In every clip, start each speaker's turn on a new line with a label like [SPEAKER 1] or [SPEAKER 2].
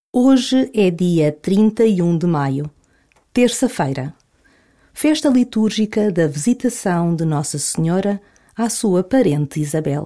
[SPEAKER 1] Hoje é dia 31 de maio, terça-feira, festa litúrgica da visitação de Nossa Senhora à sua parente Isabel.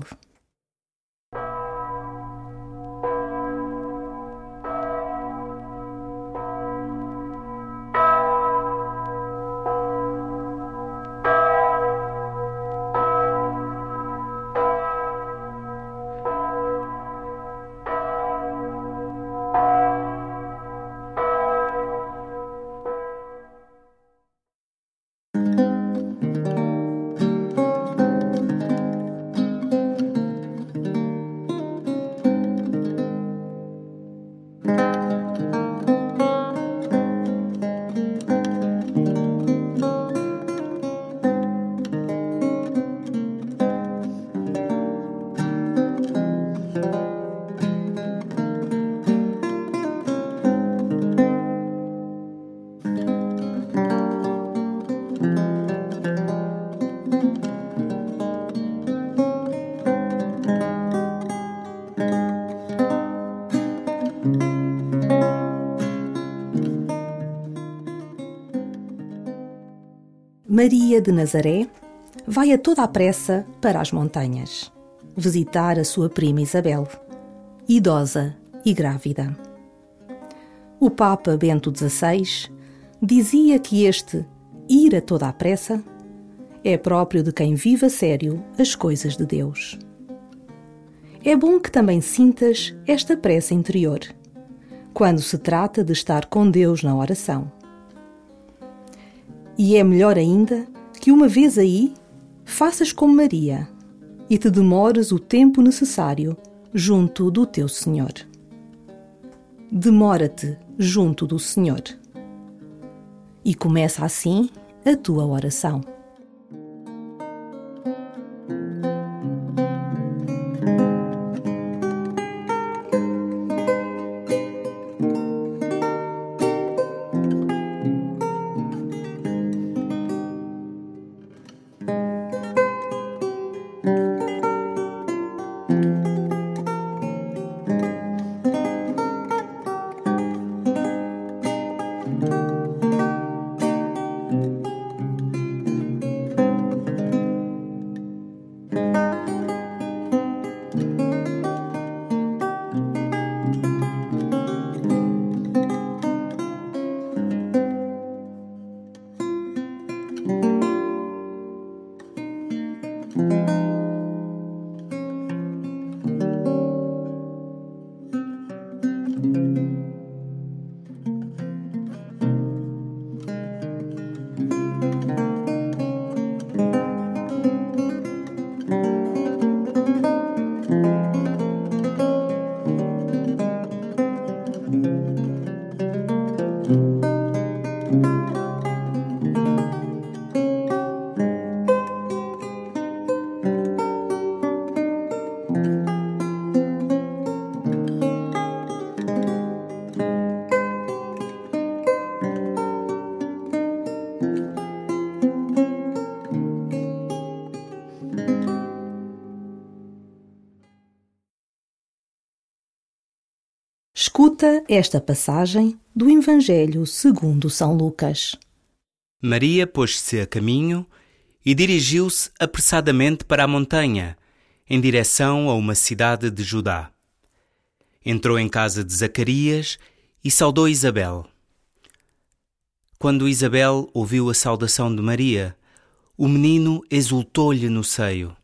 [SPEAKER 1] Maria de Nazaré vai a toda a pressa para as montanhas, visitar a sua prima Isabel, idosa e grávida. O Papa Bento XVI dizia que este ir a toda a pressa é próprio de quem vive a sério as coisas de Deus. É bom que também sintas esta pressa interior, quando se trata de estar com Deus na oração. E é melhor ainda que uma vez aí faças como Maria e te demores o tempo necessário junto do teu Senhor. Demora-te junto do Senhor. E começa assim a tua oração. Escuta esta passagem do Evangelho segundo São Lucas.
[SPEAKER 2] Maria pôs-se a caminho e dirigiu-se apressadamente para a montanha, em direção a uma cidade de Judá. Entrou em casa de Zacarias e saudou Isabel. Quando Isabel ouviu a saudação de Maria, o menino exultou-lhe no seio.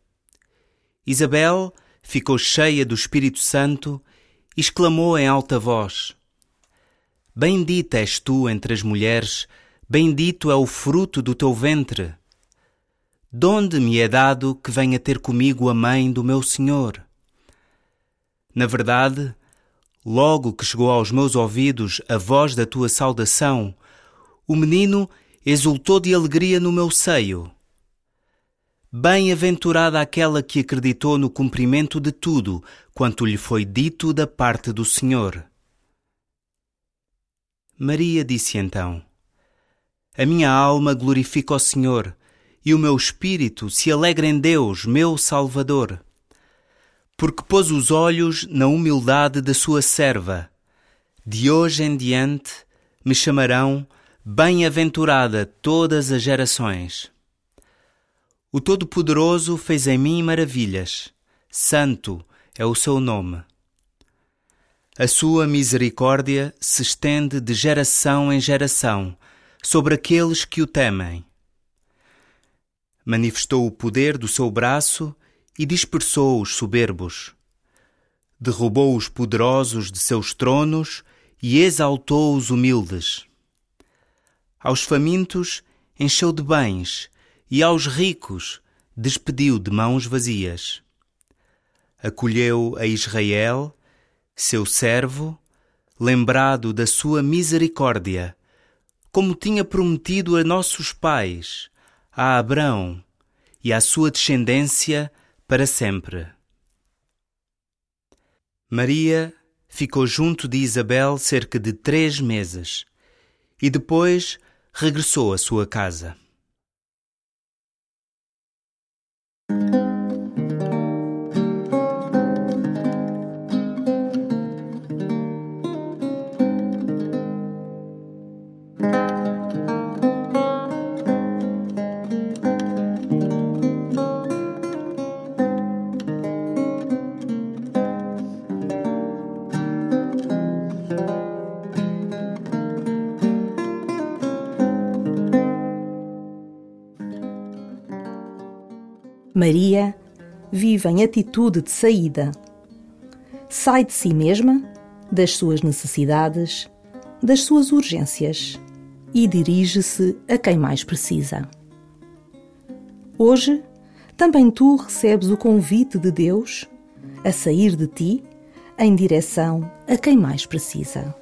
[SPEAKER 2] Isabel ficou cheia do Espírito Santo e exclamou em alta voz: Bendita és tu entre as mulheres, bendito é o fruto do teu ventre. Donde me é dado que venha ter comigo a mãe do meu Senhor? Na verdade, logo que chegou aos meus ouvidos a voz da tua saudação, o menino exultou de alegria no meu seio. Bem-aventurada aquela que acreditou no cumprimento de tudo quanto lhe foi dito da parte do Senhor. Maria disse então: A minha alma glorifica o Senhor, e o meu espírito se alegra em Deus, meu Salvador, porque pôs os olhos na humildade da sua serva. De hoje em diante me chamarão bem-aventurada todas as gerações. O Todo-Poderoso fez em mim maravilhas. Santo é o seu nome. A sua misericórdia se estende de geração em geração sobre aqueles que o temem. Manifestou o poder do seu braço e dispersou os soberbos. Derrubou os poderosos de seus tronos e exaltou os humildes. Aos famintos encheu de bens e aos ricos despediu de mãos vazias. Acolheu a Israel, seu servo, lembrado da sua misericórdia, como tinha prometido a nossos pais, a Abrão e à sua descendência para sempre. Maria ficou junto de Isabel cerca de 3 meses e depois regressou à sua casa.
[SPEAKER 1] Maria vive em atitude de saída. Sai de si mesma, das suas necessidades, das suas urgências e dirige-se a quem mais precisa. Hoje, também tu recebes o convite de Deus a sair de ti em direção a quem mais precisa.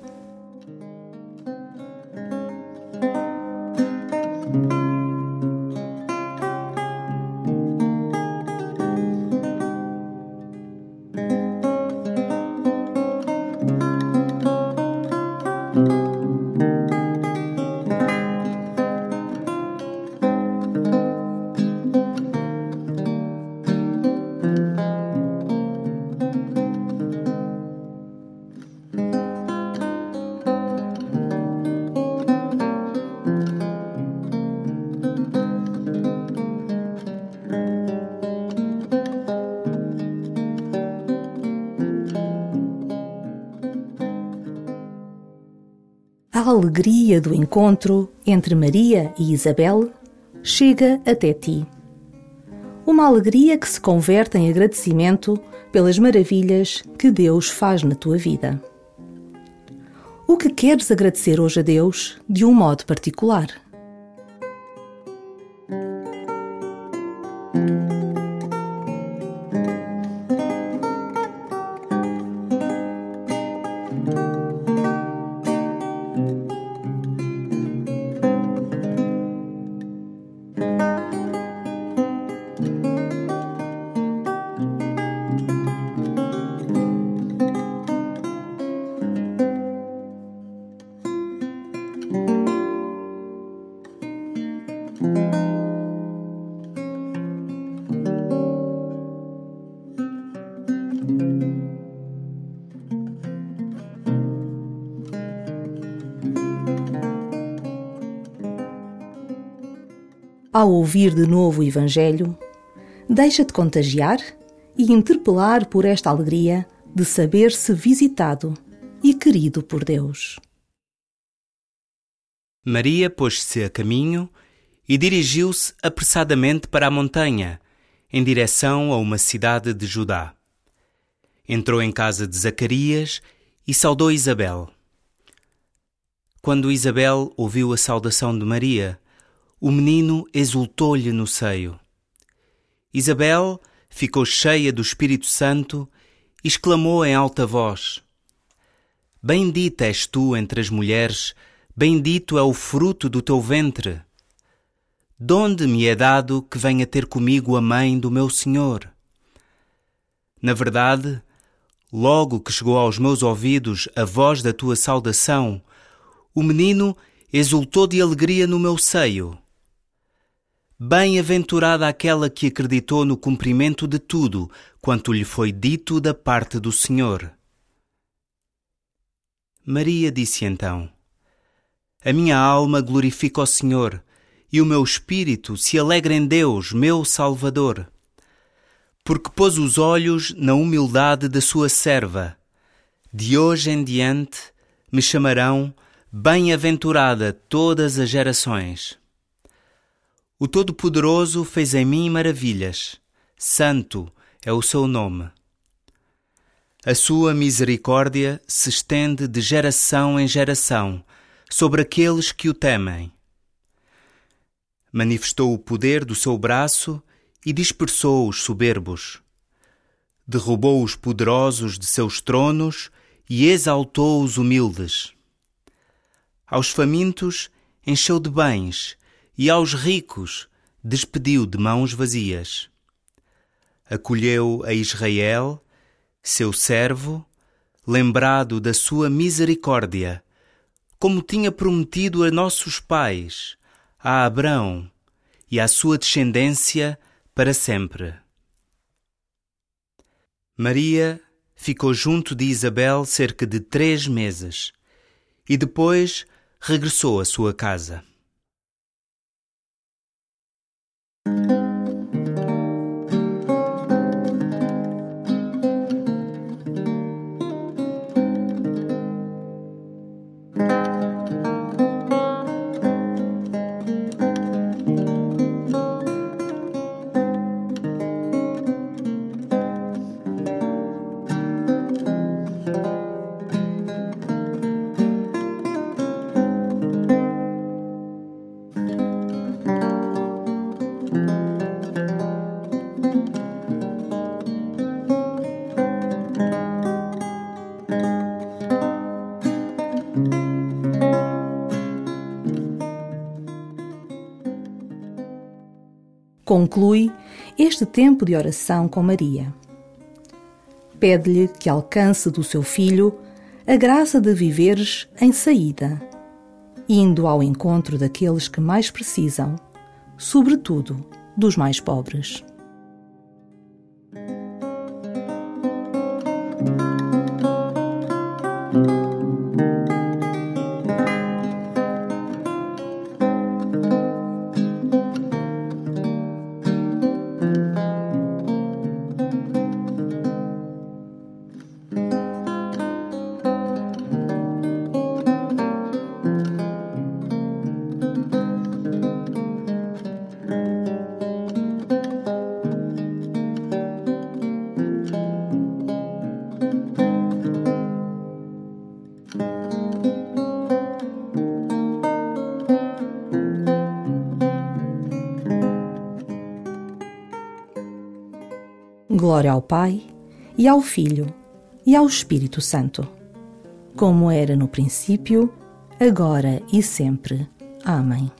[SPEAKER 1] A alegria do encontro entre Maria e Isabel chega até ti. Uma alegria que se converte em agradecimento pelas maravilhas que Deus faz na tua vida. O que queres agradecer hoje a Deus de um modo particular? Ao ouvir de novo o Evangelho, deixa-te contagiar e interpelar por esta alegria de saber-se visitado e querido por Deus.
[SPEAKER 2] Maria pôs-se a caminho e dirigiu-se apressadamente para a montanha, em direção a uma cidade de Judá. Entrou em casa de Zacarias e saudou Isabel. Quando Isabel ouviu a saudação de Maria, o menino exultou-lhe no seio. Isabel ficou cheia do Espírito Santo e exclamou em alta voz: Bendita és tu entre as mulheres, bendito é o fruto do teu ventre. Donde me é dado que venha ter comigo a mãe do meu Senhor? Na verdade, logo que chegou aos meus ouvidos a voz da tua saudação, o menino exultou de alegria no meu seio. Bem-aventurada aquela que acreditou no cumprimento de tudo quanto lhe foi dito da parte do Senhor. Maria disse então: A minha alma glorifica o Senhor, e o meu espírito se alegra em Deus, meu Salvador, porque pôs os olhos na humildade da sua serva. De hoje em diante me chamarão bem-aventurada todas as gerações. O Todo-Poderoso fez em mim maravilhas, santo é o seu nome. A sua misericórdia se estende de geração em geração sobre aqueles que o temem. Manifestou o poder do seu braço e dispersou os soberbos. Derrubou os poderosos de seus tronos e exaltou os humildes. Aos famintos encheu de bens e aos ricos despediu de mãos vazias. Acolheu a Israel, seu servo, lembrado da sua misericórdia, como tinha prometido a nossos pais, a Abrão e à sua descendência para sempre. Maria ficou junto de Isabel cerca de 3 meses e depois regressou à sua casa.
[SPEAKER 1] Conclui este tempo de oração com Maria. Pede-lhe que alcance do seu filho a graça de viveres em saída, indo ao encontro daqueles que mais precisam, sobretudo dos mais pobres. Glória ao Pai, e ao Filho, e ao Espírito Santo, como era no princípio, agora e sempre. Amém.